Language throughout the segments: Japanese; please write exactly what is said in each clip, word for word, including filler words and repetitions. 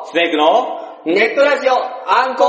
スネークのネットラジオアンコー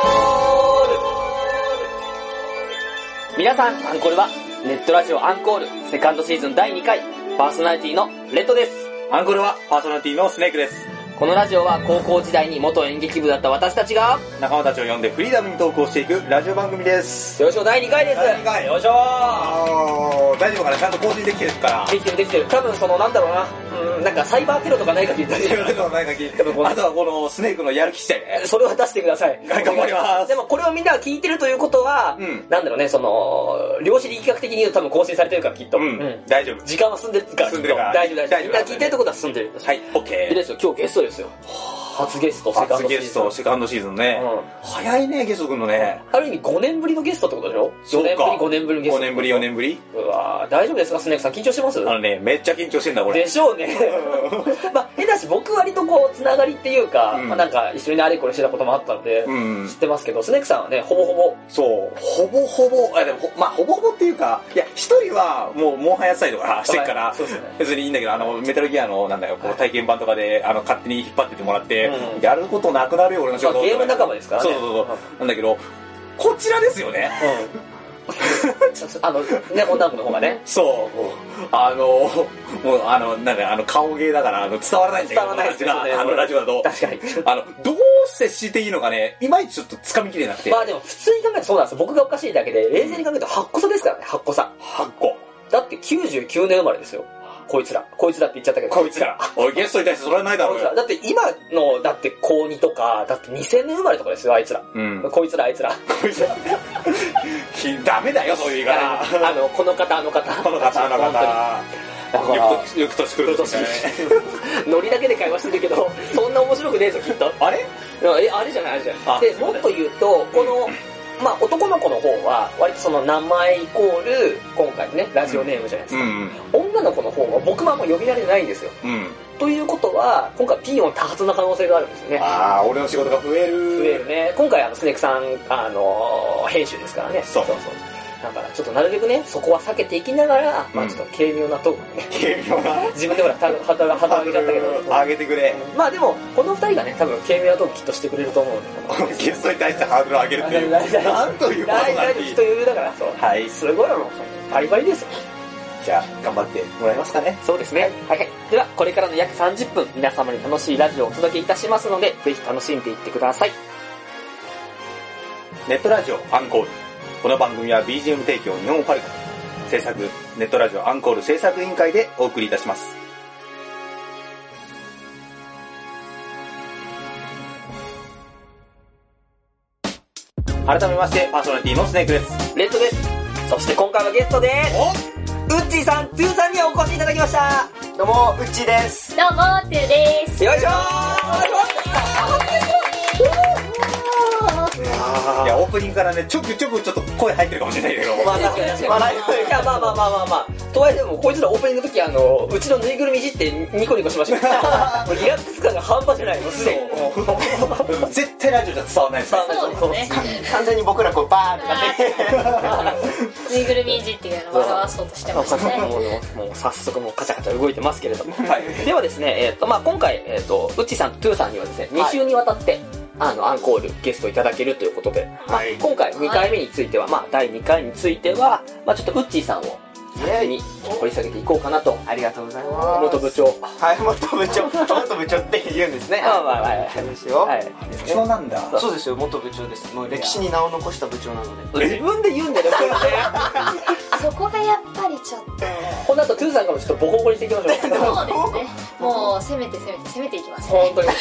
ル。皆さん、アンコールはネットラジオアンコールセカンドシーズンだいにかい、パーソナリティのレッドです。 アンコールはパーソナリティのスネークです。 このラジオは高校時代に元演劇部だった私たちが仲間たちを呼んでフリーダムにトークをしていくラジオ番組です。 よいしょ、だいにかいです。 だいにかい、よいしょー。大丈夫かな、ちゃんと更新できてるから。 できてるできてる。多分そのなんだろうな、うん、なんかサイバーテロとかないか聞いたり。 サイバーテロとかないか聞いたり。あとはこのスネークのやる気してね。 それは出してください。 頑張ります。 でもこれをみんなが聞いてるということは、うん、なんだろうね、その量子力学的に言うと多分更新されてるからきっと。 うん、うん、大丈夫。 時間は進んでるから。 進んでるから。 大丈夫大丈夫。みんな聞いてるってことは進んでる。 はい、オッケー。 でですよ、今日ゲストですよ。初ゲスト、セカンドシーズン。 初ゲスト、セカンドシーズンね。うん、早いね、ゲストくんのね。 ある意味ごねんぶりのゲストってことでしょ？よねんぶり、ごねんぶりのゲスト。 ごねんぶり、よねんぶり。 うわー、大丈夫ですか、スネークさん。緊張してます？ あのね、めっちゃ緊張してんだ、これ。 でしょうね。まあ、変だし、僕割とこう、つながりっていうか、うん、まあなんか、一緒にあれこれしてたこともあったので、うん、知ってますけど、スネークさんはね、ほぼほぼ。 そう、ほぼほぼ、あ、でも、まあ、ほぼほぼっていうか、いや、一人はもう、モンハンやってたりとかしてるから、そうですね、別にいいんだけど、あの、メタルギアの、なんだよ、こう、体験版とかで、あの、勝手に引っ張っててもらって、うん、やることなくなるよ、俺の仕事。 まあ、ゲーム仲間ですからね。 そうそうそう。なんだけど、こちらですよね。 うん。あの、ね、女の子の方がね。 そう。あの、もう、あの、なんか、あの、顔芸だから、あの、伝わらないんだけど、 伝わらないですよね。 あの、ラジオだと。 確かに。 あの、どう接していいのかね、いまいちちょっと掴みきれなくて。 まあでも、普通に考えてそうなんですよ。僕がおかしいだけで、冷静に考えるとはっこ差ですからね、はっこ差。 はっこ。 だってきゅうじゅうきゅうねん生まれですよ。こいつら。こいつらって言っちゃったけど。 こいつら。おい、ゲストに対してそれはないだろうよ。 だって今の、だって高にとか、だってにせんねん生まれとかですよ、あいつら。うん。こいつら、あいつら。 こいつら。ダメだよ、そういう言い方。 あの、この方、あの方。 この方、あの方。だから、よく年来る年ね。 ノリだけで会話してるけど、そんな面白くねえぞ、きっと。 あれえ、あれじゃない、あれじゃない。で、もっと言うと、この、まあ男の子の方は割とその名前イコール今回ねラジオネームじゃないですか、うんうん、女の子の方は僕もあんま呼びられないんですよ、うん、ということは今回ピーヨン多発な可能性があるんですよね。 ああ、俺の仕事が増える増えるね。今回あのスネークさんあの編集ですからね。 そうそうそう。 だからちょっとなるべくねそこは避けていきながら、うん、まあちょっと軽妙なトークね。 軽妙な自分でほら肌が肌上げちゃったけど上げてくれ。 まあでもこの二人がね多分軽妙なトークきっとしてくれると思うんでゲストに対してハードルを上げるっていうなんということなんだって人余裕だからそう、はい、すごいもうバリバリですよ。 じゃあ頑張ってもらえますかね。 そうですね、はい、はい、ではこれからの約さんじゅっぷん皆様に楽しいラジオをお届けいたしますのでぜひ楽しんでいってください。 ネットラジオアンコール。この番組は ビージーエム 提供日本ファルコン制作ネットラジオアンコール制作委員会でお送りいたします。改めましてパーソナリティのスネークです。 レッドです。そして今回はゲストでウッチーさん、トゥーさんにお越しいただきました。 どうもウッチーです。 どうもトゥーです。 よいしょー。 いやオープニングからねちょくちょくちょっと声入ってるかもしれないけどまあ確かに確かに笑い声がまあまあまあまあまあとはいえでもこいつらオープニングの時あのうちのぬいぐるみいじってニコニコしましたもうリラックス感が半端じゃないもうすでに絶対ラジオじゃ伝わらないですね。 そうですね完全に僕らこうバーンとかねぬいぐるみいじっていうのを表そうとしてましたねもうもう早速もうカチャカチャ動いてますけれども、はい、ではですねえっとまあ今回えっとウッチさんとトゥーさんにはですねに週にわたってあのアンコールゲストいただけるということで、はい、まあ、今回にかいめについては、まあ、だいにかいについては、まあ、ちょっとウッチーさんを先に掘り下げていこうかなと。 ありがとうございます。 元部長。 はい、元部長。元部長って言うんですね。 まあまあまあ、 ですよ。 はい。部長なんだ。 そうですよ、元部長です。もう歴史に名を残した部長なので。自分で言うんだよね、これね。 そこがやっぱりちょっと。 この後トゥーさんからもちょっとボコボコにしていきましょう。 そうですね。もう攻めて攻めて攻めていきますね。 本当に。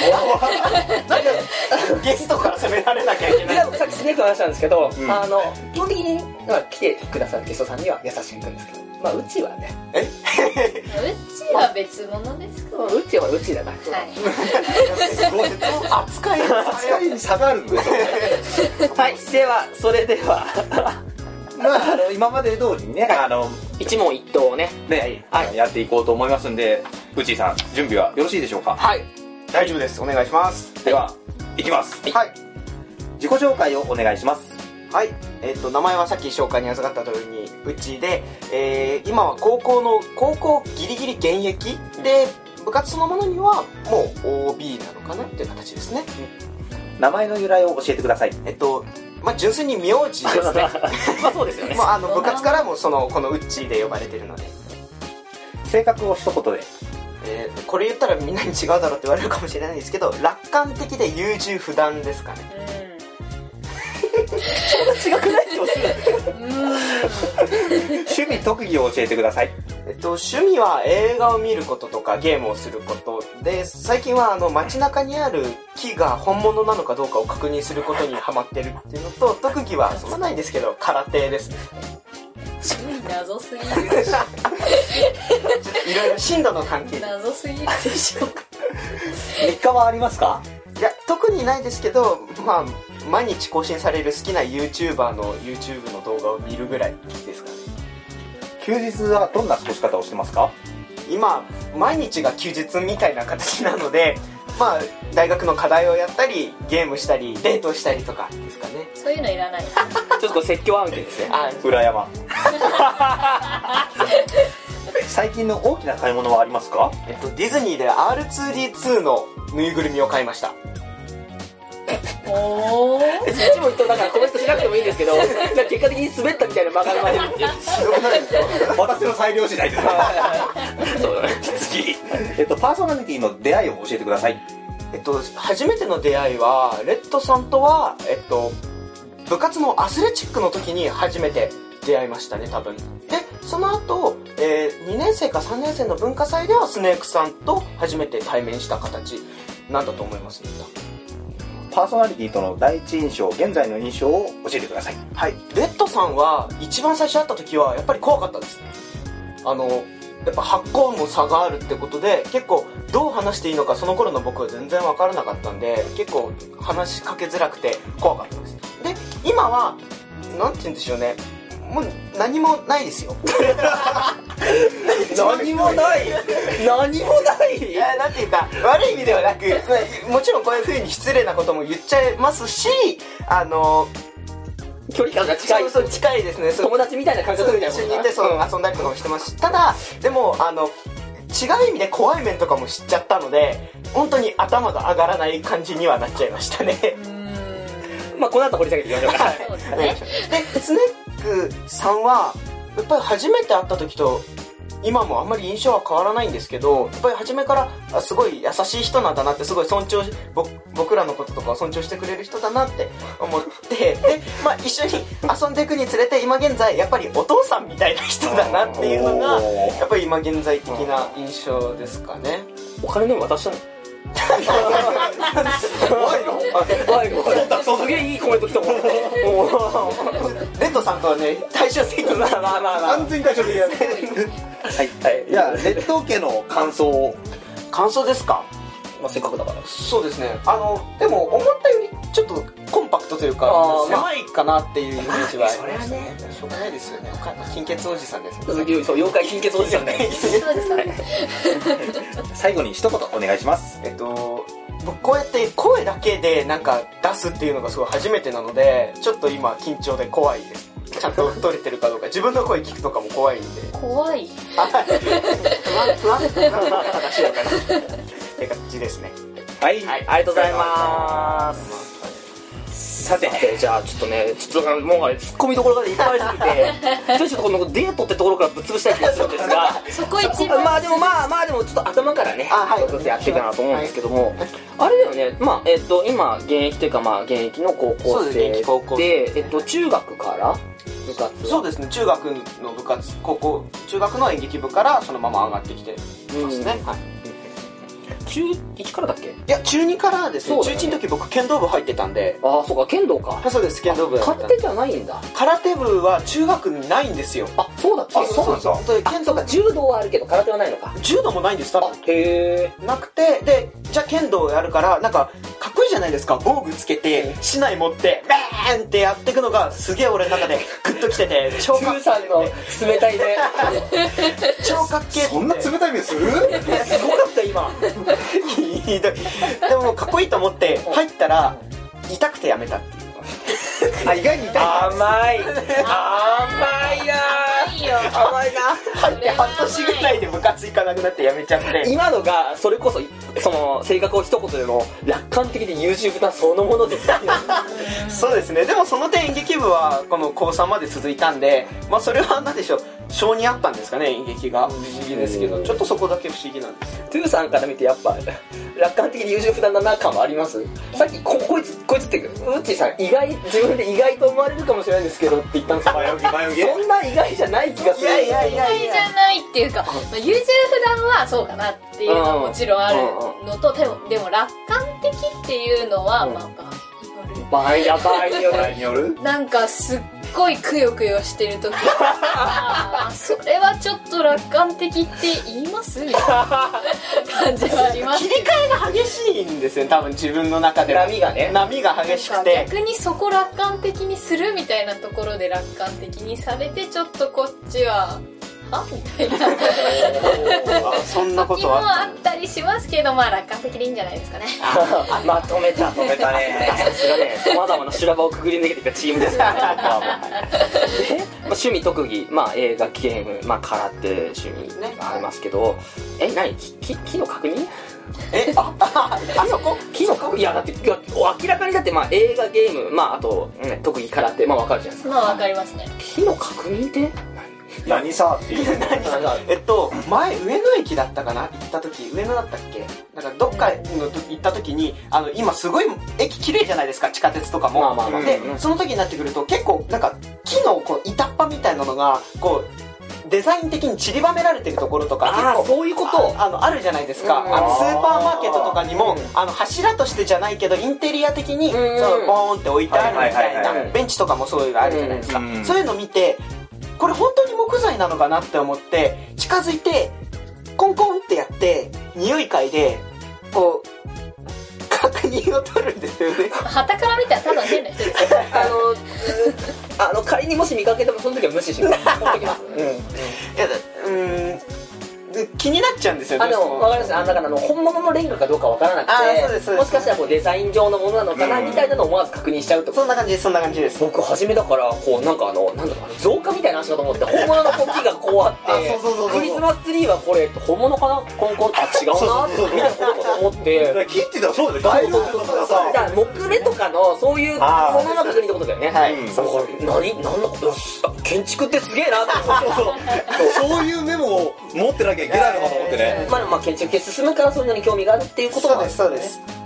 ゲストから攻められなきゃいけない。 でもさっきスネークの話なんですけど、あの基本的に来てくださるゲストさんには優しくいくんですけど。まあうちはね。 え？うちは別物ですか？ うちはうちだな。はい。 すごい扱い扱いに差があるんですよ。 はい。ではそれではまああの今まで通りにねあの一問一答をねねやっていこうと思いますんで、うちさん準備はよろしいでしょうか？ はい。 大丈夫です。お願いします。 ではいきます。 はい。 自己紹介をお願いします。 はい、えー、と名前はさっき紹介に預かった通りにうちで、えー、今は高校の高校ギリギリ現役で部活そのものにはもう オービー なのかなっていう形ですね。 名前の由来を教えてください。 えっとまあ純粋に名字ですね。 まあそうですよね。 もうあの部活からもそのこのウッチーで呼ばれてるので。 性格を一言で。 えー、これ言ったらみんなに違うだろうって言われるかもしれないんですけど、楽観的で優柔不断ですかね。 そんな違くないとする。 趣味特技を教えてください。 えっと趣味は映画を見ることとかゲームをすることで、最近はあの街中にある木が本物なのかどうかを確認することにハマってるっていうのと、特技はそんなないんですけど空手ですね。 趣味謎すぎる。 いろいろ進路の関係で謎すぎるでしょ。 日課はありますか？ いや特にないですけど、まあ毎日更新される好きな YouTuber の YouTube の動画を見るぐらいですかね。 休日はどんな過ごし方をしてますか？ 今毎日が休日みたいな形なので、まあ大学の課題をやったりゲームしたりデートしたりとかですかね。 そういうのいらない。 ちょっとこれ説教案件ですね。 あ、 裏山。最近の大きな買い物はありますか？ えっとディズニーで アールツーディーツー のぬいぐるみを買いました。 おー。 一問一答だからコメントしなくてもいいんですけど、結果的に滑ったみたいな曲がるまでるっていう。 ひどくないですか？ 私の裁量次第です。 そうだね。 次、えっとパーソナリティの出会いを教えてください。 えっと初めての出会いはレッドさんとはえっと部活のアスレチックの時に初めて出会いましたね、多分。でその後、えー、にねん生かさんねん生の文化祭ではスネークさんと初めて対面した形なんだと思いますね。 パーソナリティとの第一印象、現在の印象を教えてください。 はい、レッドさんは一番最初会った時はやっぱり怖かったですね。あのやっぱ発酵も差があるってことで、結構どう話していいのかその頃の僕は全然分からなかったんで、結構話しかけづらくて怖かったです。で今はなんて言うんでしょうね、もう何もないですよ。 何もない何もないいやなんていうか悪い意味ではなく、もちろんこういう風に失礼なことも言っちゃいますし、あの距離感が近い。 そうそう近いですね。 友達みたいな感覚みたいな一緒にいてそう遊んだりとかもしてますし、ただでもあの違う意味で怖い面とかも知っちゃったので、本当に頭が上がらない感じにはなっちゃいましたね。 まあこの後掘り下げていきましょうか。 そうですね。 でスネークさんはやっぱり初めて会った時と今もあんまり印象は変わらないんですけど、やっぱり初めからすごい優しい人なんだなって、すごい尊重し、僕らのこととかを尊重してくれる人だなって思って、で、まあ一緒に遊んでいくにつれて今現在やっぱりお父さんみたいな人だなっていうのがやっぱり今現在的な印象ですかね。 お金でも渡したの？ 怖いの？ 怖いの？すげえいいコメント来たもん。 レッドさんとはね対照的な、 まあまあまあまあ完全に対照的だね。はいはい。じゃあレッド家の感想を。 感想ですか？ まあせっかくだから。 そうですね。あのでも思ったよりちょっとコンパクトというか狭いかなっていうイメージはありましたね。しょうがないですよね。貧血おじさんですよね。 そう、妖怪貧血おじさんだよ。 そうですね。 最後に一言お願いします。 えっと僕こうやって声だけでなんか出すっていうのがすごい初めてなので、ちょっと今緊張で怖いです。ちゃんと取れてるかどうか、自分の声聞くとかも怖いんで。 怖い。 不安不安不安な話だからって感じですね。 はい、 はい、ありがとうございます。さて、じゃあちょっとね、ちょっともう突っ込みどころがいっぱいすぎて、ちょっとこのデートってところからぶっ潰したい気がするんですが、 そこ一番。 まあでもまあまあでもちょっと頭からね、ちょっとずつやっていくかなと思うんですけども、あれだよね、まあえっと今現役というかまあ現役の高校生で、えっと中学から部活？ そうですね、中学の部活、高校中学の演劇部からそのまま上がってきてますね。はい。 中いちからだっけ？ いや中にからですね。 そうだね、 中いちの時僕剣道部入ってたんで。 ああそうか、剣道か。 はい、そうです、剣道部。 空手じゃないんだ。 空手部は中学にないんですよ。 あ、そうだっけ？ あ、そうなんですよ。 剣道か、柔道はあるけど空手はないのか。 柔道もないんです多分。 へえ。 なくて、でじゃあ剣道やるからなんかかっこいいじゃないですか。防具つけて竹刀持ってバーンってやっていくのがすげえ俺の中でグッときてて、超かっけえ。 さんの冷たいね。 超かっけえ。 そんな冷たい目する？ すごかった今。 でもかっこいいと思って入ったら痛くてやめたっていう。 あ、意外に痛い。 甘い甘いな。 いいよ。 よ。 甘いな。 入って半年ぐらいで部活行かなくなってやめちゃって。 今のがそれこそその性格を一言でも楽観的で優秀なそのものですよ。 そうですね。でもその点演劇部はこの高さんまで続いたんで、まあそれは何でしょう、性にあったんですかね、演劇が。不思議ですけど、ちょっとそこだけ不思議なんですよ。 トゥーさんから見てやっぱ楽観的で優柔不断だな感はあります？さっき こ, こいつこいつってウッチーさん意外自分で意外と思われるかもしれないんですけどって言ったんですけど、 前置き前置きそんな意外じゃない気がする。 いやいやいやいやじゃないっていうか、まあ、優柔不断はそうかなっていうのはもちろんあるのと、でもでも楽観的っていうのは、 うん、 まあまあ場合や場合によるによるなんかすっごいくよくよしてる時あーそれはちょっと楽観的って言いますみたいな感じはあります切り替えが激しいんですよ、多分自分の中で。 波がね波が激しくて。 逆にそこ楽観的にするみたいなところで楽観的にされて、ちょっとこっちははみたいなあ、そんなこと時もはあっあったりしますけど、まあ楽観的でいいんじゃないですかね。 まとめた止めたね。 さすがね、様々な修羅場をくぐり抜けてきたチームですからで、まあ、趣味特技、まあ、映画ゲーム、まあ、空手趣味がありますけど、え、何木木の確認？ え、あ、あ、あそこ木の確認？いやだっていや明らかにだって、まあ、映画ゲーム、まあ、あと、ね、特技空手、まあ分かるじゃないですか。 まあわかりますね。 木の確認って何さっていう。 えっと前上野駅だったかな、行った時、上野だったっけ、なんかどっかの行った時に、あの今すごい駅綺麗じゃないですか、地下鉄とかも。 まあまあまあで、 うんうんその時になってくると結構なんか木のこう板っ端みたいなのがこうデザイン的に散りばめられてるところとか結ああ構そういうことああのあるじゃないですか。 うんあのスーパーマーケットとかにも、 うんあの柱としてじゃないけどインテリア的に、 んそうボーンって置いてあるみたいはいはいはいはないベンチとかもそういうのあるじゃないですか。 うんそういうの見て、これ本当に木材なのかなって思って近づいてコンコンってやって匂い嗅いでこう確認を取るんですよね。 旗から見たらただの変な人ですよ。 あのあの仮にもし見かけてもその時は無視します。ほっときます。うん。 いやだうーんで気になっちゃうんですよね。 あでも分かります。あだからあの本物のレンガかどうか分からなくあそうですそうですて、もしかしたらこうデザイン上のものなのかなみたいなのを思わず確認しちゃうと。 そんな感じですそんな感じです。 僕初めだからこうなんかあのなんだろうあの造花みたいな足だと思って本物のこう木がこうあってあそうそうそうそうクリスマスツリーはこれ本物かなコンコンあ違うなそうそうそうみたいなことかと思って。 木って言ったらそうだよ。街路樹とかさ。 だから木目とかのそういうもあーのの確認ってことだよね。 はいうんだから何何の建築ってすげえなと思って。 そうそういうメモを持ってなきゃいけないのかと思ってね。 まあまあ建築系進むからそういうのに興味があるっていうこともあるんですそうね。 ですそう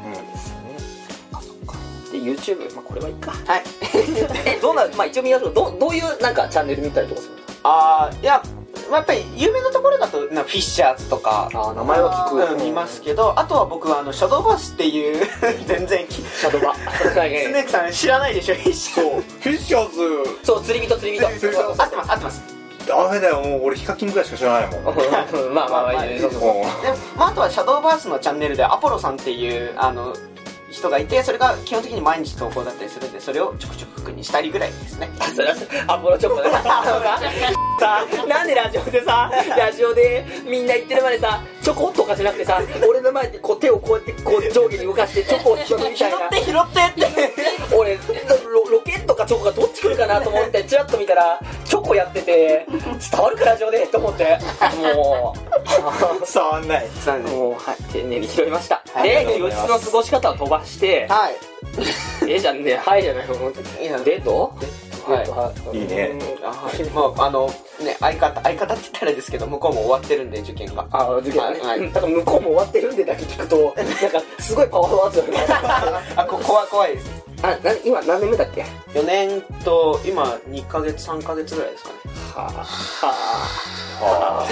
で YouTube まあこれはいいか。 はい。 えどうなるまあ一応見ますけどどどういうなんかチャンネル見たりとかする？ あーいや、まあ、やっぱり有名なところだとなフィッシャーズとかあ名前は聞く。 うん見ますけど、あとは僕はあのシャドーバースっていう全然きシャドバ。 スネークさん知らないでしょフィッシャーズ。 フィッシャーズ。 そう釣り人釣り人。 釣り人合ってます合ってます。 ダメだよ、もう俺ヒカキンぐらいしか知らないもん。 まあまあまあいいです。そうそうそう。 で、まあ、あとはシャドーバースのチャンネルでアポロさんっていうあの人がいて、それが基本的に毎日投稿だったりするんで、それをちょくちょく確認したりぐらいですね。 それはアポロチョコださなんでラジオでさラジオでみんな言ってるまでさチョコとかじゃなくてさ俺の前でこう手をこうやってこう上下に動かしてチョコを拾うみたいな拾って拾ってって俺ロロケットかチョコがどっち来るかなと思ってチラッと見たらチョコやってて伝わるかラジオでと思っても伝わんない。 うもうはい丁寧に拾いました、 はいで休日の過ごし方を飛ばしてはいえじゃんねはいじゃないのいやデートはいはいいいね。 あはいもうあのね相方相方って言ったらあれですけど、向こうも終わってるんで受験が。 あ受験ね、 はいうんだから向こうも終わってるんでだけ聞くとなんかすごいパワーワードだなあこ怖い怖いです。 あな今何年目だっけはよねんと今にかげつさんかげつぐらいですかね。 あはは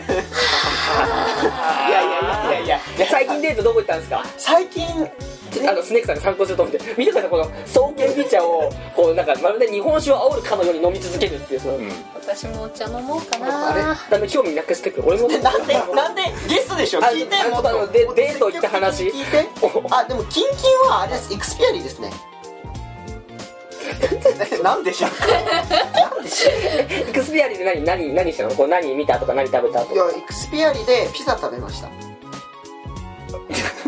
いやいやいやいやいやあ最近デートどこ行ったんですか最近あのスネークさんが参考しようと思って見てくださいこの双剣美茶をこうなんかまるで日本酒を煽るかのように飲み続けるっていうその、 あ。うん。 私もお茶飲もうかあれな。 なんで興味なくしてくる俺もなんでなんでゲストでしょあ聞いてあもっとあのデデート行った話聞いて。あでもキンキンはあれですエクスピアリーですね。なんでしょうなんでしょエクスピアリで何何何したのこう何見たとか何食べたとかういやエクスピアリーでピザ食べました。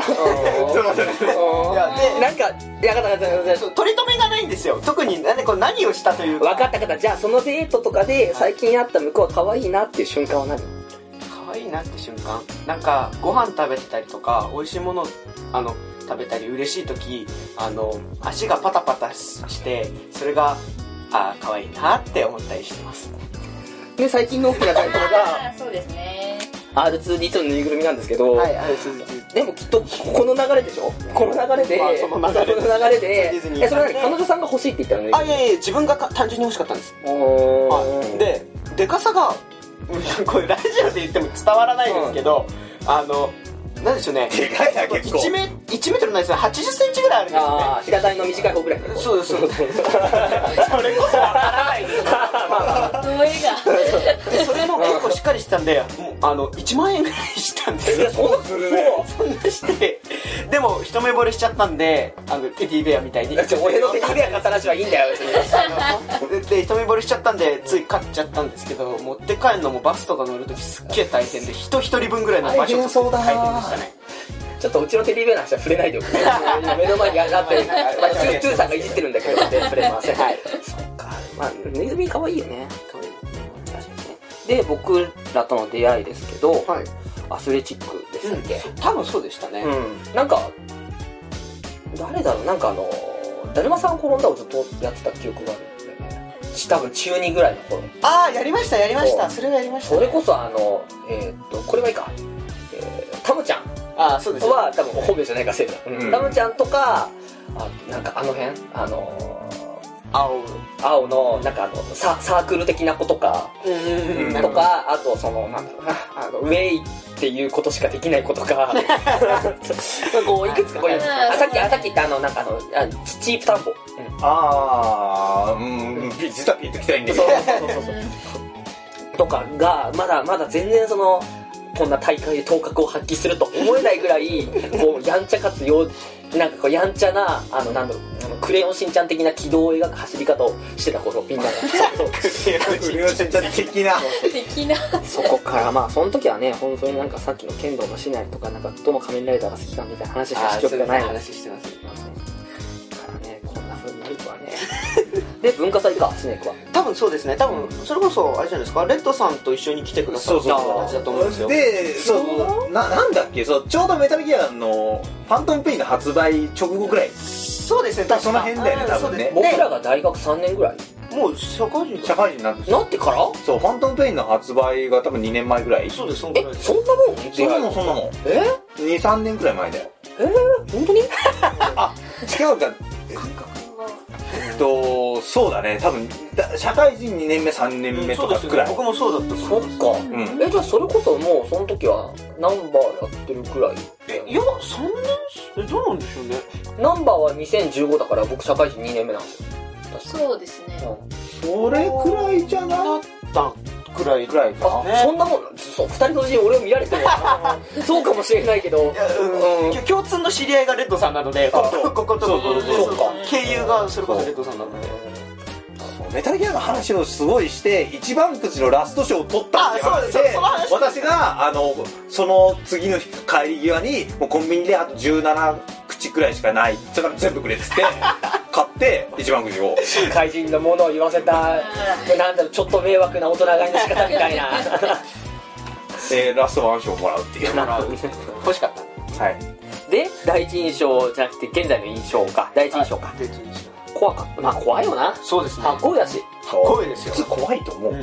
いやでなんかいや、分かった分かった、 取り留めがないんですよ。特になんでこう何をしたというか。 分かった分かった。じゃあそのデートとかで最近会った向こう可愛いなっていう瞬間は何？ 可愛いなって瞬間、なんかご飯食べてたりとか美味しいものあの食べたり嬉しい時、あの足がパタパタしてそれがあ可愛いなって思ったりしてます。 で最近の大きなタイトルがそうですねアールツーディーツー のぬいぐるみなんですけど、 はい、あれ続きでもきっとこの流れでしょ、この流れで、 まあその流れでその流れでディズニーえそれ何、彼女さんが欲しいって言ったのね。 あ、いやいや自分がか単純に欲しかったんです。 おはい、ででかさがこれラジオで言っても伝わらないですけど、うん、あのなんでしょうね、 でかいな結構いちメいちメートルないですよ、はちじゅっセンチぐらいあるんですよね。 ああ、平たいの短い方ぐらい。 そうですそうですそれこそわからないです声がでそれも結構しっかりしてたんで、もうあのいちまんえんぐらいしたんですよ。 そうするね。 そんなしてでも一目惚れしちゃったんで、あのテディベアみたいに俺のテディベア買った話はいいんだよ別に。 で一目惚れしちゃったんでつい買っちゃったんですけど、持って帰るのもバスとか乗るときすっげえ大変で、人一人分ぐらいの場所とか大変でしたね。 ちょっとうちのテディベアの話は触れないでおくね。目の前にあってるトゥーさんがいじってるんだけど触れません。はい。そっか、まあぬいぐるみ可愛いよね。可愛い確かにね。で僕らとの出会いですけど、 はい、 アスレチックでしたっけ、 うん、多分そうでしたね。 うん、なんか誰だろう、なんかあのだるまさん転んだをずっとやってた記憶があるんだよね。多分中にぐらいの頃。 ああ、やりましたやりました。それはやりました、ね、 それこそあのえー、っとこれはいいか、えー、タムちゃんああそうです、ね、 は多分本名じゃないかせいだ、うん、タムちゃんとかあなんかあの辺あの青青のなんかあの サ, サークル的な子とか、 うん、 とかあとそのなんだろうなあのウェイっていうことしかできない子とかこういくつかこういうあさっきあさっき言ったあのなんかあのあチープタンボ、うん、 ああうん実はピンときたいんだけどそうそうそうそうとかがまだまだ全然そのこんな大会で頭角を発揮すると思えないぐらいこうやんちゃかつよなんかこうやんちゃなあのなんだろうあのクレヨンしんちゃん的な軌道を描く走り方をしてた頃みんながそうそうクレヨンしんちゃん的な的なそこからまあその時はね本当になんかさっきの剣道のシナリとかなんかどの仮面ライダーが好きかみたいな話しか記憶がない話してますからねこんな風になるとはねで文化祭かスネークは多分そうですね。多分それこそあれじゃないですか、レッドさんと一緒に来てくださった形だと思うんですよ。 でそうななんだっけそうちょうどメタルギアのファントムペインの発売直後ぐらいそうですね、 その辺だよね多分ね。 僕らが大学さんねんぐらいもう社会人社会人になってなってからそうファントムペインの発売が多分にねんまえぐらい。 そうです、そんえそんなもんそんなもんそんなもんえにさんねんくらい前だよ。 えー、本当にあ違うかえっとそうだね多分社会人にねんめさんねんめとかくらい、 うんね、僕もそうだったそっか、うん、えじゃあそれこそもうその時はナンバーやってるくらい。 えいやさんねんえどうなんでしょうね。 ナンバーはにせんじゅうごだから僕社会人にねんめなんですよ。 そうですね、 うん、 それくらいじゃなかったくらいくらいか、 ね、そんなもんそうふたり同時に俺を見られてもそうかもしれないけど、 うんうん、共通の知り合いがレッドさんなのでここことここで経由がそれこそレッドさんなのでメタルギアの話をすごいして一番くじのラスト賞を取ったって話で私があのその次の日帰り際にもうコンビニであとじゅうななくちくらいしかないだから全部くれっつって買って一番くじを新怪人のものを言わせたなんだろうちょっと迷惑な大人買いの仕方みたいなでラストワン賞もらうっていう欲しかったはいで第一印象じゃなくて現在の印象か第一印象か、はい、怖かったまあ怖いよなそうですねかっこいいだし怖いですよ普通怖いと思う、うん、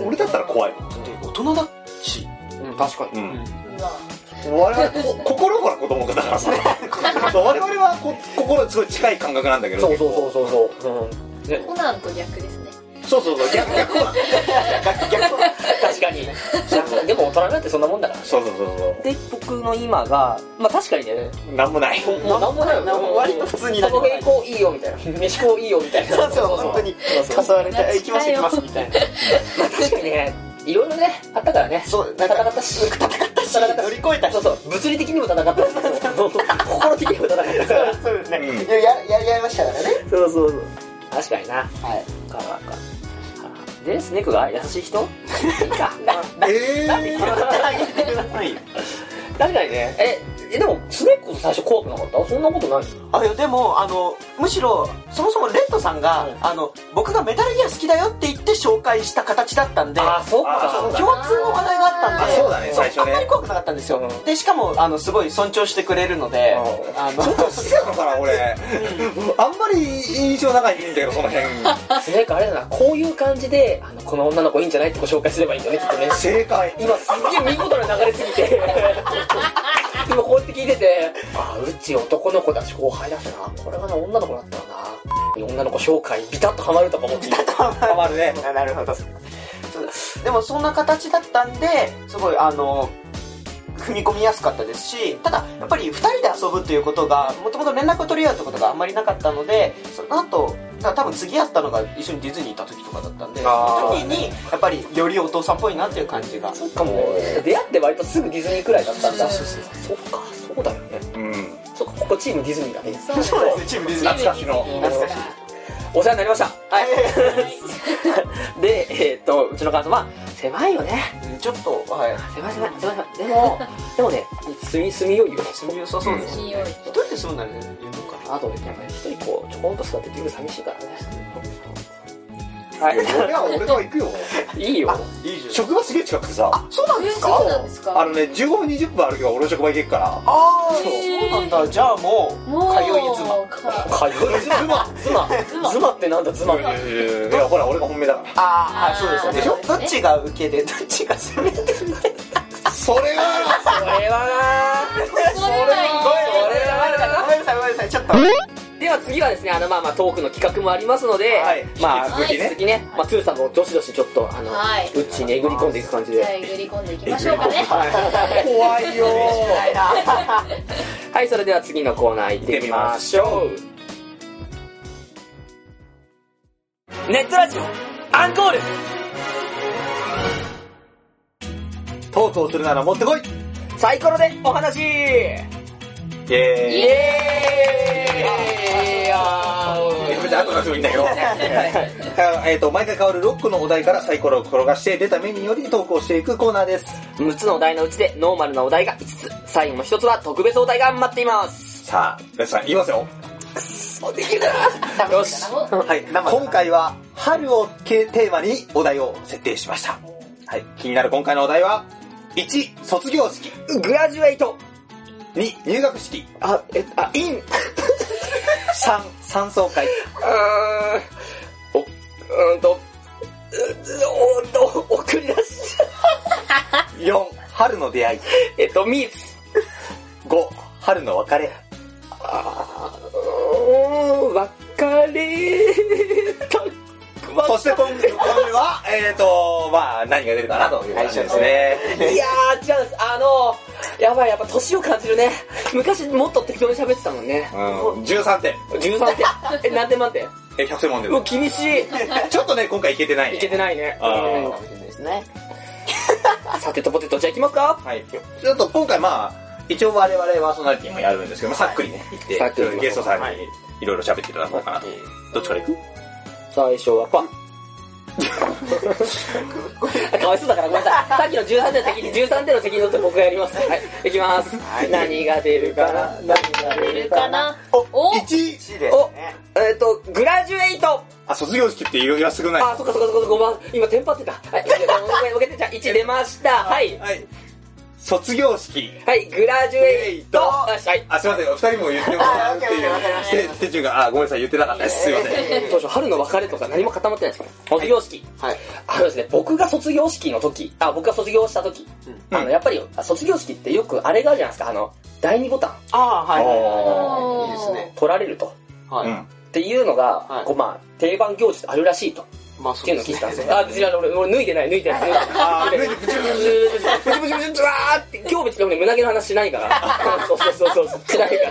俺だったら怖いもんだって大人だし、 うん、確かに、うん我々心から子供だからさ我々はこ心すごい近い感覚なんだけどそうそうそうそうそう、うんね、 コナンと逆ですね。 そうそうそう逆逆コナン逆コナン確かにでも大人なんてそんなもんだから、ね、 そうそうそうそうで僕の今がまあ確かにねなんもないもうなんもないよ割と普通になるその平行いいよみたいな飯行いいよみたいなそうそう本当に誘われて行きます行きますみたいなまあ確かにねいろいろねあったからねそう戦ったし戦ったし乗り越えたしそうそう物理的にも戦ったし心的にも戦ったからそうですね、うん、やややりましたからねそうそうそう確かになはいかわかでスネークが優しい人いいかえーなんで言ってあげてくださいよ確かにねええ、でも、スネックと最初怖くなかった？そんなことない？ あ、いや、でも、あの、むしろ、そもそもレッドさんが、うん、あの、僕がメタルギア好きだよって言って紹介した形だったんで、 あ、そうか、 共通の話題があったんで、 そうだね、最初ね。 あんまり怖くなかったんですよ。うん、で、しかも、あの、すごい尊重してくれるので、 うん、あの、ちょっと好きなのかな、俺。あんまり印象長いんだけど、その辺。 スネークあれだな、こういう感じで、あの、この女の子いいんじゃないってご紹介すればいいんだね、きっとね。 正解。 今すっげえ見事な流れすぎて、今こうやって聞いてて、あ、うち男の子だし後輩だしな、これがな、女の子だったらな、女の子紹介ビタッとハマるとか思って。 ビタッとハマるね。なるほど。でもそんな形だったんで、すごいあの、踏み込みやすかったですし、ただやっぱりふたりで遊ぶっていうことがもともと連絡を取り合うってことがあんまりなかったので、その後多分次会ったのが一緒にディズニー行った時とかだったんで、その時にやっぱりよりお父さんっぽいなっていう感じが。 そっか、もう出会って割とすぐディズニーくらいだったんだ。そうそうそう、そっか、そうだよね。うん、そっか、ここチームディズニーだね。 そうですね、チームディズニー。 懐かしの懐かしい。 お世話になりました。はい。で、えー、っと、うちの母さんは、狭いよね。 ちょっと、はい。 狭い狭い、狭い狭い。でも、でもね、住み、住みよいよ。 住みよさそうですね。一人で住むならね、いいのかな。 あとね、一人こう、ちょこんと座ってて夜寂しいからね。 はい。俺は、俺が行くよ。 いいよ。 いいじゃん。 職場すげえ近くてさ。 あ、そうなんですか？ そうなんですか？ あのね、じゅうごふんにじゅっぷん歩けば俺の職場行けるから。 ああ、そうなんだ。じゃあもう、通い妻。 通い妻妻妻ってなんだ、妻って。 いや、ほら、俺が本命だから。 ああ、そうですよね。でしょ？どっちが受けで、どっちが攻めてる。 それは、 それはなそれはごめんなさい、ごめんなさい、ちょっと。 では次はですね、あの、まあまあトークの企画もありますので、はい、まあ、引き続きね、まあ、トゥーさんもどしどしちょっと、あの、はい、ウッチにえぐり込んでいく感じで。 じゃあ、えぐり込んでいきましょうかね。 怖いよー。はい、それでは次のコーナー行ってみましょう。ネットラジオ、アンコール。 トークをするなら持ってこい。 サイコロでお話。イエーイ。イエーイ。別に後の人もいいんだけどえっと毎回変わるろっこのお題からサイコロを転がして出た目によりトークをしていくコーナーです。 むつのお題のうちでノーマルなお題がいつつ、最後のひとつは特別お題が待っています。 さあ皆さん言いますよ。 くっそできるな。よし、 はい、今回は春をテーマにお題を設定しました。はい、気になる今回のお題はいち卒業式、 グラジュエイト、 に入学式、 あえあインさん三層会、うーん、お、うんと、うと、送り出し。 よん春の出会い、 えっと、ミーツ。 ご春の別れ。 あー、別れた。 そして今回は、えっと、まあ、何が出るかなという感じですね。 いやー、違うんです。あの、やばい、やっぱ年を感じるね。昔もっと適当に喋ってたもんね。 うん、じゅうさんてん。 じゅうさんてん。え、何点満点？ え、ひゃくてん満点。 もう厳しい。 ちょっとね、今回いけてないね。 いけてないね。 あー。 かもしれないですね。さてとポテト、じゃあ行きますか？ はい。ちょっと今回まあ、一応我々パーソナリティもやるんですけど、さっくりね、行って、ゲストさんにいろいろ喋っていただこうかなと。どっちから行く？ 最初はパン。かわいそうだからごめんなさい。さっきのじゅうさんてんの責任、じゅうさんてんの責任取って僕がやります。はい、いきます。はい、何が出るかな？何が出るかな？ お、いち、いちですお、えっと、グラジュエイト。 あ、卒業式って言わすぐない。 あ、そっかそっかそっか、ごばん。今テンパってた。はい、ごめん、じゃあいち出ました。はい。はい。 卒業式。 はい、グラジュエイト。 はい。あ、すいません、お二人も言ってもらうっていう。手中が、あ、ごめんなさい、言ってなかったです。すいません。 当初、春の別れとか何も固まってないですから。卒業式。はい。あのですね、僕が卒業式の時、あ、僕が卒業した時、あの、やっぱり、卒業式ってよくあれがあるじゃないですか、あの、だいにボタン。 ああ、はい。いいですね。 取られると。はい。っていうのが、こう、まあ、定番行事であるらしいと。まあ、っていうのを聞いたんですよ。あ、別に俺、俺脱いでない、脱いでない。あー、脱いで、ブチブチブチブチブチブチわーって、今日別に俺胸毛の話しないから。そうそうそうそう、しないから。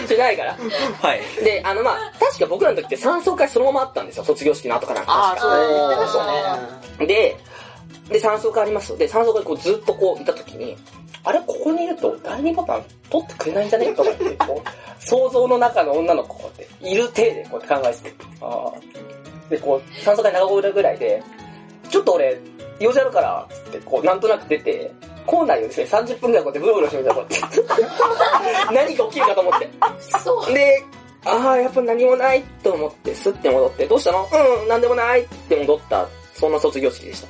しないから。はい。で、あの、まあ、確か僕らの時って三層会そのままあったんですよ、卒業式の後かなんか。 あー、そうだね、言ってましたね。 で、で、三層会ありますで、三層会こうずっとこういた時に、あれ、ここにいるとだいにボタン取ってくれないんじゃねとかって、こう、想像の中の女の子こうやって、いる体でこうやって考えてて。あで、こう、酸素会長ご裏ぐらいで、ちょっと俺、用事あるから、つって、こう、なんとなく出て、 校内をですね、さんじゅっぷんぐらいこうやってブロブロしてみたらこうやって何が起きるかと思って。 そう。 で、ああ、やっぱ何もないと思って、スッて戻って、どうしたの？うん、なんでもないって戻った、そんな卒業式でした。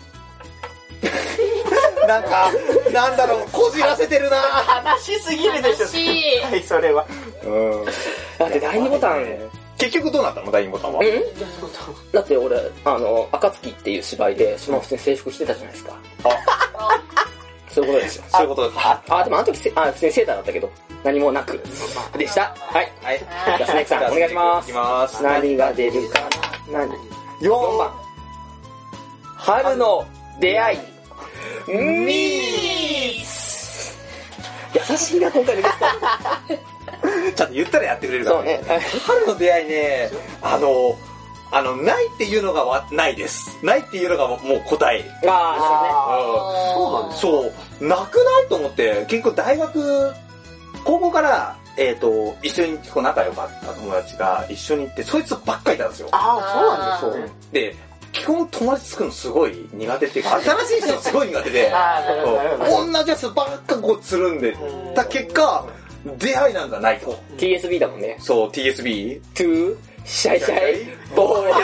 なんか、なんだろう、こじらせてるな悲しすぎるでしょ。 悲しい。 はい、それは。 うん。 だって第二ボタン、 結局どうなったの第二ボタンは。 うん？だって俺、あの、暁っていう芝居で、まあ普通に制服してたじゃないですか。あそういうことですよ。 そういうことか。 あ、でもあの時せ、あ、普通にセーターだったけど、何もなく、でした。はい。はい。じゃあ、スネークさん、お願いします。 いきます。 何が出るかな？何？ よんばん。春の出会い。ミース優しいな、今回のゲスト。 ちゃんと言ったらやってくれるから。 そうね。 春の出会いね、あの、あの、ないっていうのがわないです。ないっていうのがもう答え。 ああ、そうね。そう。なくないと思って、結構大学、高校から、えっと、一緒にこう仲良かった友達が一緒に行って、そいつばっかりいたんですよ。 ああ、そうなんですよ。 で、基本友達作るのすごい苦手っていうか、新しい人すごい苦手で、同じやつばっかこうつるんでた結果、出会いなんかないと。 ティーエスビー だもんね。 そう、ティーエスビー。 トゥー、シャイシャイ、ボーイ。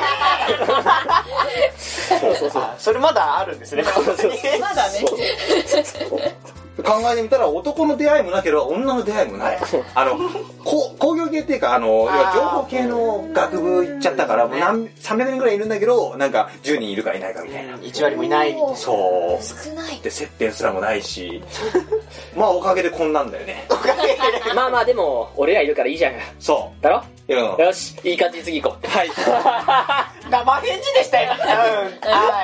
そうそうそう。それまだあるんですね。 まだね。 考えてみたら男の出会いもなければ女の出会いもない。あの、こ工業系っていうか、あの、情報系の学部行っちゃったから、もう何、さんびゃくにんぐらいいるんだけど、なんかじゅうにんいるかいないかみたいな。 いち割もいない。 そう。 少ない。 で、接点すらもないし、まあおかげでこんなんだよね。 まあまあでも、俺らいるからいいじゃん。 そう。 だろ？ うん、 よし、いい感じに次行こう。 はい。 生返事でしたよ。はい。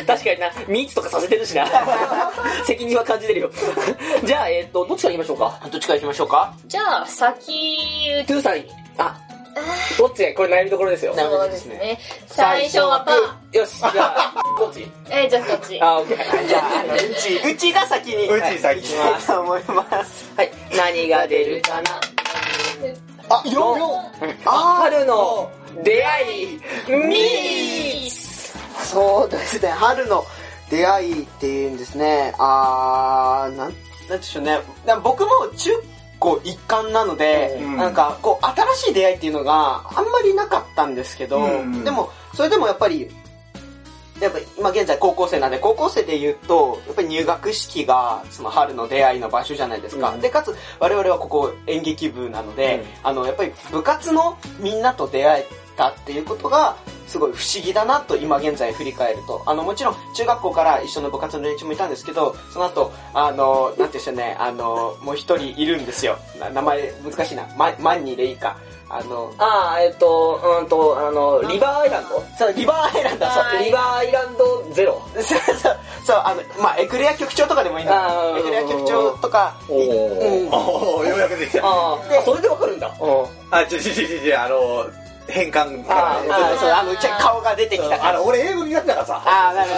確かにな、ミーツとかさせてるしな。責任は感じてるよ。じゃあ、えっと、どっちから行きましょうか？ どっちから行きましょうか？ じゃあ、先、 トゥーさん、あ、どっちがこれ悩みどころですよ。 そうですね。最初はパー。 よし、じゃあ、どっち？ えー、じゃあこっち。 あ、オッケー。 じゃあ、うち、うちが先に。 うち先に。行きたいと思います。 はい、何が出るかな？ あ、 よん。春の出会い、ミース。 そうですね、春の出会いっていうんですね。あー、なん、なんでしょうね。僕も中高一貫なので、うん、なんかこう新しい出会いっていうのがあんまりなかったんですけど、うん、でもそれでもやっぱりやっぱ今現在高校生なんで、高校生で言うとやっぱり入学式がその春の出会いの場所じゃないですか、うん、でかつ我々はここ演劇部なので、うん、あのやっぱり部活のみんなと出会えたっていうことがすごい不思議だなと今現在振り返ると、あのもちろん中学校から一緒の部活の連中もいたんですけど、その後あのなんていうんでしょうね、あのもう一人いるんですよ。名前難しいな、ママンニーでいいか、あのああえっとうんとあのリバーアイランド、 そうリバーアイランド、そうリバーアイランドゼロ、 そうそうそう、あのまあエクレア局長とかでもいいんだ、エクレア局長とか、 おお、うん、ようやくできた。 ああそれでわかるんだ。 あちょちょちょちょあの変換から、 ああ、そう、あの、顔が出てきたから。 あの、俺英語苦手だからさ。 ああ、なる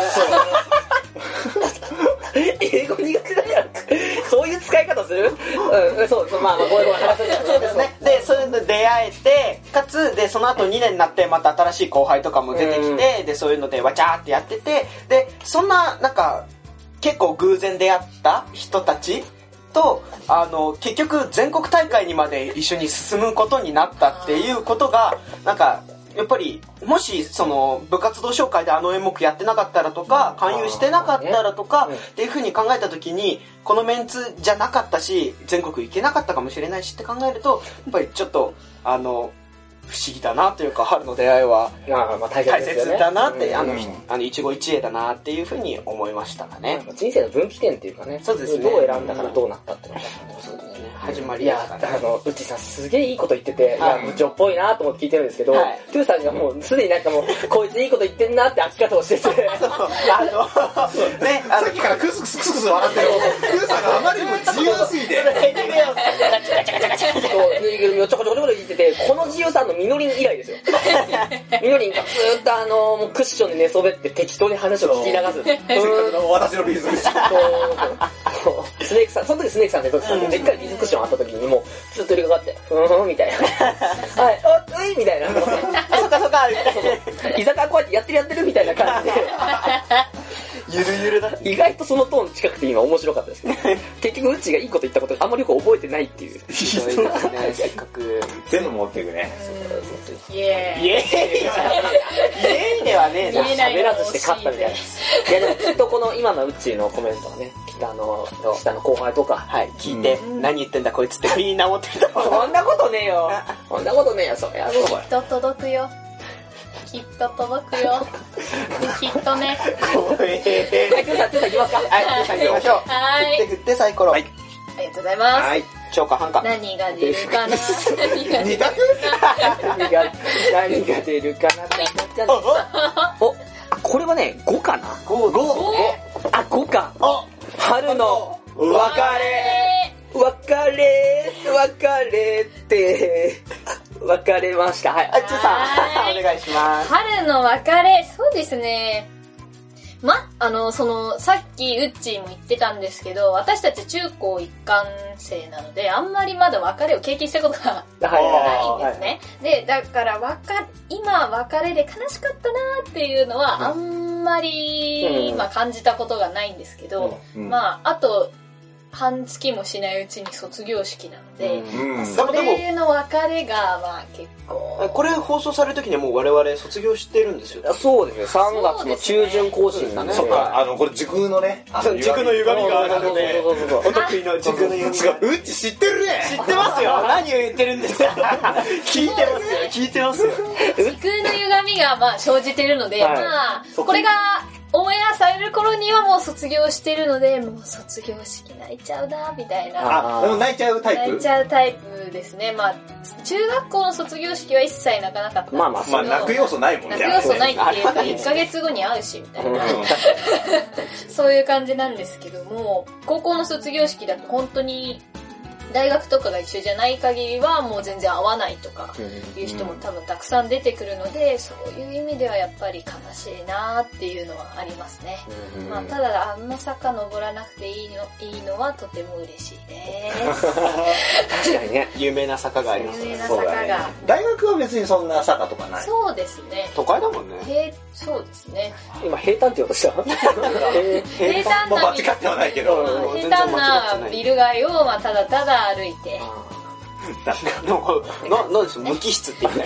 ほど。英語苦手だから、そういう使い方する？うん、そう、そう、まあまあ、ごめんごめん、話すそうですね。で、それで出会えて、かつ、で、その後にねんになってまた新しい後輩とかも出てきて、で、そういうのでわちゃーってやってて、で、そんな、なんか、結構偶然出会った人たちと、あの結局全国大会にまで一緒に進むことになったっていうことがなんかやっぱりもしその部活動紹介であの演目やってなかったらとか勧誘してなかったらとかっていう風に考えた時にこのメンツじゃなかったし全国行けなかったかもしれないしって考えるとやっぱりちょっとあの不思議だなというか春の出会いは大切だなって、あのあの一期一会だなっていうふうに思いましたかね。 人生の分岐点っていうかね、 そうですね、 どう選んだからどうなったっていうのが、 そうですね、始まりいやあのうちさんすげえいいこと言ってて、いや部長っぽいなと思って聞いてるんですけど、トゥーさんがもうすでになんかもうこいついいこと言ってんなって飽き方をしてて、 あのね、 さっきからクスクスクスクス笑ってるトゥーさんがあまりにも自由すぎて、 ぬいぐるみをちょこちょこちょこ言ってて、この自由さんのみのりん以来ですよ。みのりんがずーっとあのもうクッションで寝そべって適当に話を聞き流す。 私のビーズクッション。 スネークさん、その時スネークさんってどっちかってでっかいビーズクッションあった時にもうずっと入れかかってふーんみたいな。はい、おっういみたいな。 あそっかそっかみたいな。 居酒屋こうやってやってるやってるみたいな感じで。 ゆるゆるだ。 意外とそのトーン近くて今面白かったですけど結局うちがいいこと言ったことあんまりよく覚えてないっていう。 ひどいですね、せっかく全部持っていくね。 イエーイイエーイイエーイではねえな。 喋らずして勝ったみたいな。いやでもきっとこの今のうちのコメントはね、きっとあの下の後輩とかはい聞いて、何言ってんだこいつってみんな思ってると思う。 そんなことねえよそんなことねえよ。そりゃそうきっと届くよ、きっと届くよきっとね。 怖えはい、トゥーさん、トゥーさんいきますか。 はい、トゥーさん行きましょう。 はい振って振ってサイコロ。はい。 ありがとうございます。 はい。超か半か。 何が出るかな。何が出るかな。 何が何が出るかな。お、これはねごかな。 ごごあごか。 お春の別れ別れ別れって別れました。はい。 あ、つーさんお願いします。 春の別れ、そうですね。ま、あの、その、さっきウッチーも言ってたんですけど、私たち中高一貫生なので、あんまりまだ別れを経験したことがないんですね。で、だから、わか、今別れで悲しかったなーっていうのは、あんまり今感じたことがないんですけど、まあ、あと、半月もしないうちに卒業式なので、うん、それの別れがまあ結構これ放送される時にはもう我々卒業してるんですよ。 そうですね、さんがつの中旬更新なんで、 そうか、あのこれ時空のね、 時空の歪みがあるので、お得意の時空の歪みが。 うっち知ってるね。 知ってますよ。何を言ってるんですか。聞いてますよ、聞いてますよ。 時空の歪みがまあ生じてるので、まあこれがオンエアされる頃にはもう卒業してるので、もう卒業式泣いちゃうなみたいな。 あ、でも泣いちゃうタイプ？ 泣いちゃうタイプですね。まあ中学校の卒業式は一切泣かなかったんですけど、 まあまあ、 まあ泣く要素ないもんね。 泣く要素ないっていうかいっかげつごに会うしみたいなそういう感じなんですけども、高校の卒業式だと本当に大学とかが一緒じゃない限りはもう全然会わないとかいう人も多分たくさん出てくるので、そういう意味ではやっぱり悲しいなっていうのはありますね。まあ、ただあの坂登らなくていいのいいのはとても嬉しいです確かにね、 有名な坂があります。 有名な坂が、ね、 大学は別にそんな坂とかない。 そうですね、 都会だもんね。 へそうですね。 今平坦って言おうとした平坦な間違ってはないけど、 平坦なビル街をまあただただ歩いて、 な、なんです無機質って言った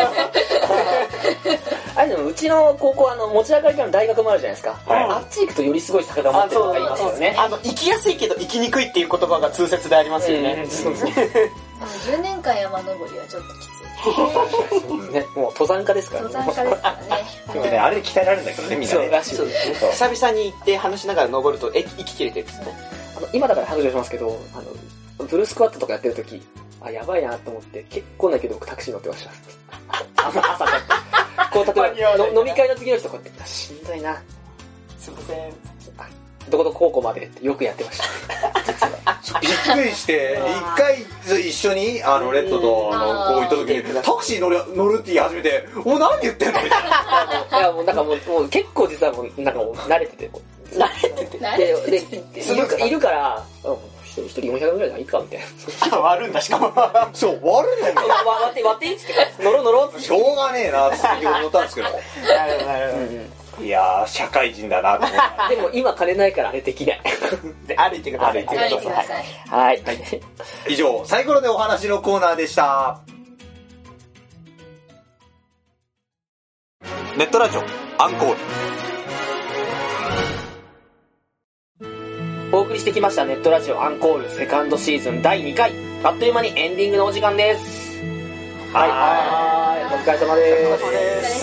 あれでもうちの高校あの持ち上がりからの大学もあるじゃないですか、はい、あっち行くとよりすごい坂が持ってるとか言いますよね。 あの行きやすいけど行きにくいっていう言葉が通説でありますよね。 じゅうねんかん山登りはちょっときついね、もう登山家ですからね。登山家ですからね。 でもね、あれで鍛えられるんだけどね、みんなね。 そうらしいですね。 久々に行って話しながら登るとえ息切れてるんですね。 あの今だから白状しますけど、あのブルースクワットとかやってる時、あやばいなと思って結構なけど僕タクシー乗ってました。朝朝だってこう例えばの飲み会の次の日とかってしんどいな。 すいません。 どこどこ高校までってよくやってました。実は。 びっくりして、一回一緒にあのレッドとあのこう行った時にタクシー乗る乗るって言い始めて、お前何言ってんのみたいな。 いやもうなんかもうもう結構実はもうなんかもう慣れてて、 慣れててででいるいるから。一人一人よんひゃくえんぐらいないかみたいな。 割るんだしかも。 そう割るのみたいな。 割って割っていいっつって乗ろう乗ろうって。 しょうがねえなって乗ったんですけど。 なるほどなるほど。いやー社会人だなと思って。 でも今金ないからあれできない。 歩いてください。 歩いてください。 はい。 以上サイコロでお話のコーナーでした。ネットラジオアンコール。 お送りしてきましたネットラジオアンコールセカンドシーズンだいにかい、あっという間にエンディングのお時間です。はい、はい、お疲れ様です。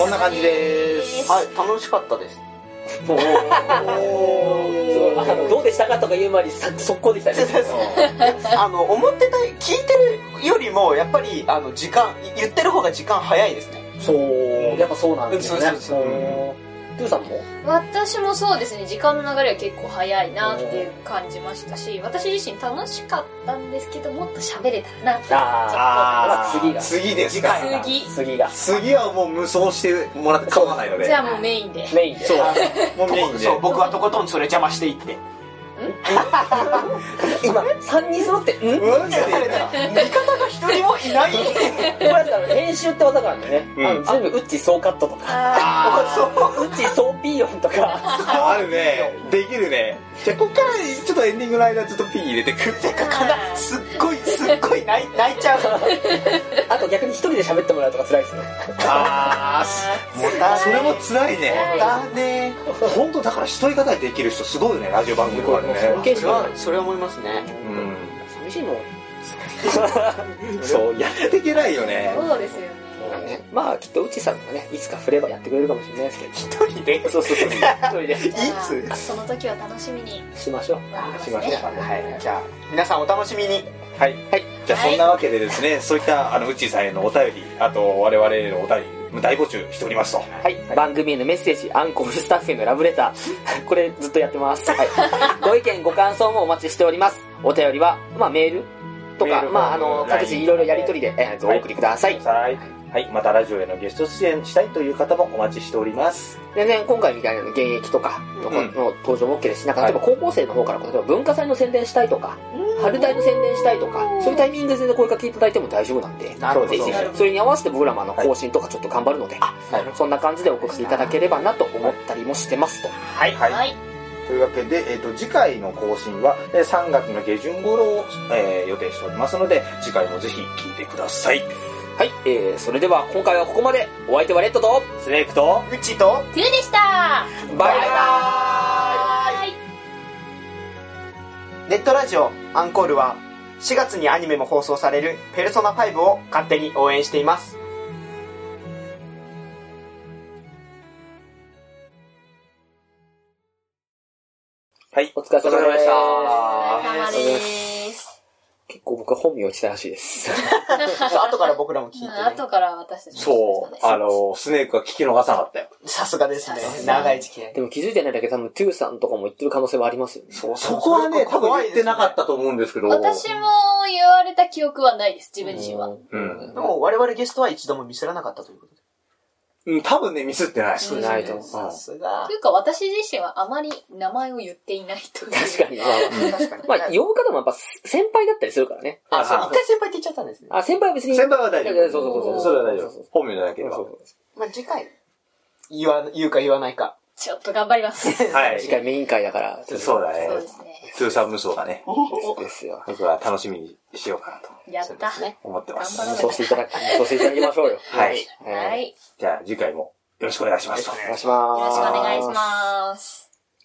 こんな感じです。 はい、楽しかったです。 おーあのどうでしたかとか言う前に速攻できたね。 あの思ってた聞いてるよりもやっぱりあの時間言ってる方が時間早いですね。 そうやっぱそうなんですよね。 そうそうそう。 トゥーさんも？ 私もそうですね、時間の流れは結構早いなっていう感じましたし、私自身楽しかったんですけど、もっと喋れたらなって。 ああ、次が次ですか。 次次が次はもう無双してもらって構わないので。 じゃあもうメインで。 メインで。 そう。もうメインで。 そう、僕はとことんそれ邪魔していって。 今、さんにん揃って、んうんって言われたら、味方が一人もいない。 これだから編集って技があるんだよね。 うんあの全部ウッチ総カットとか、 あ、そう。 ウッチ総ピーヨンとか。 あるね。できるね。じゃあ、こっからちょっとエンディングの間ずっと P 入れてくってかかな。 すっごい、すっごい泣い泣いちゃう。 あと逆に一人で喋ってもらうとか辛いですね。 あー、 もたそれも辛いね。 だね。 本当だから一人語りできる人すごいよね、ラジオ番組とかでね。 それは、それは思いますね。 うん。 寂しいもん。 そう、やっていけないよね。 そうですよね。 まあきっとウッチさんがね、いつか振ればやってくれるかもしれないですけど。 一人でそうそうそう。一人で。 いつその時は楽しみにしましょう。 しましょうかね。 はい。じゃあ、皆さんお楽しみに。 はい。 はい。 じゃあそんなわけでですね、そういったあのうっちーさんへのお便り、あと我々へのお便り大募集しておりますと。 はい、番組へのメッセージ、アンコムスタッフへのラブレター、これずっとやってます。はい、ご意見ご感想もお待ちしております。お便りは、まあ、メールとか、まあ、あの各自いろいろやり取りで、えー、お送りください。 はい。はい、またラジオへのゲスト出演したいという方もお待ちしております。 でね、今回みたいな現役とかの,、うん、の登場も OK ですし、なんか例えば高校生の方から、例えば文化祭の宣伝したいとか、春大の宣伝したいとか、そういうタイミングで声かけいただいても大丈夫なんで、ぜひぜひそれに合わせて僕らもあの更新とかちょっと頑張るので、はい、そんな感じでお越しいただければなと思ったりもしてますと。 はい。はい。はい、というわけで、えっと、次回の更新はさんがつの下旬頃を、えー、予定しておりますので、次回もぜひ聞いてください。 はい、えー、それでは今回はここまで。お相手はレッドとスネークとウッチーとトゥーでした。 バイバーイ。 ネットラジオアンコールはしがつにアニメも放送されるペルソナファイブを勝手に応援しています。 はい、お疲れ様でした。 お疲れ様です。 結構僕は本名を言ってたらしいです。 後から僕らも聞いて、ね。 後から私たちも、 ね。そう。あの、スネークは聞き逃さなかったよ。 さすがですね。長い時期。 でも気づいてないだけ多分、トゥーさんとかも言ってる可能性はありますよね。 そう、そこはね、多分言ってなかったと思うんですけど。 私も言われた記憶はないです、自分自身は。 うん。 でも我々ゲストは一度もミスらなかったということで。 うん、多分ね、ミスってない。 しないと思う。 さすが。 というか、私自身はあまり名前を言っていないという。 確かに。まあ、確かに。まあ、呼ぶ方もやっぱ先輩だったりするからね。 あ、そう、一回先輩って言っちゃったんですね。 あ、先輩は別に。 先輩は大丈夫。 そうそうそう。 それは大丈夫。本名じゃなければ。 まあ、次回、言わ、言うか言わないか。 ちょっと頑張ります。 はい。 次回メイン会だから。 そうだね。 そうですね。 通算無双がね。 ですよ。 僕は楽しみにしようかなと。 やった。 思ってます。 そうしていただき、そうしていただきましょうよ。 はい。 はい。 じゃあ次回もよろしくお願いします。 お願いします。 よろしくお願いします。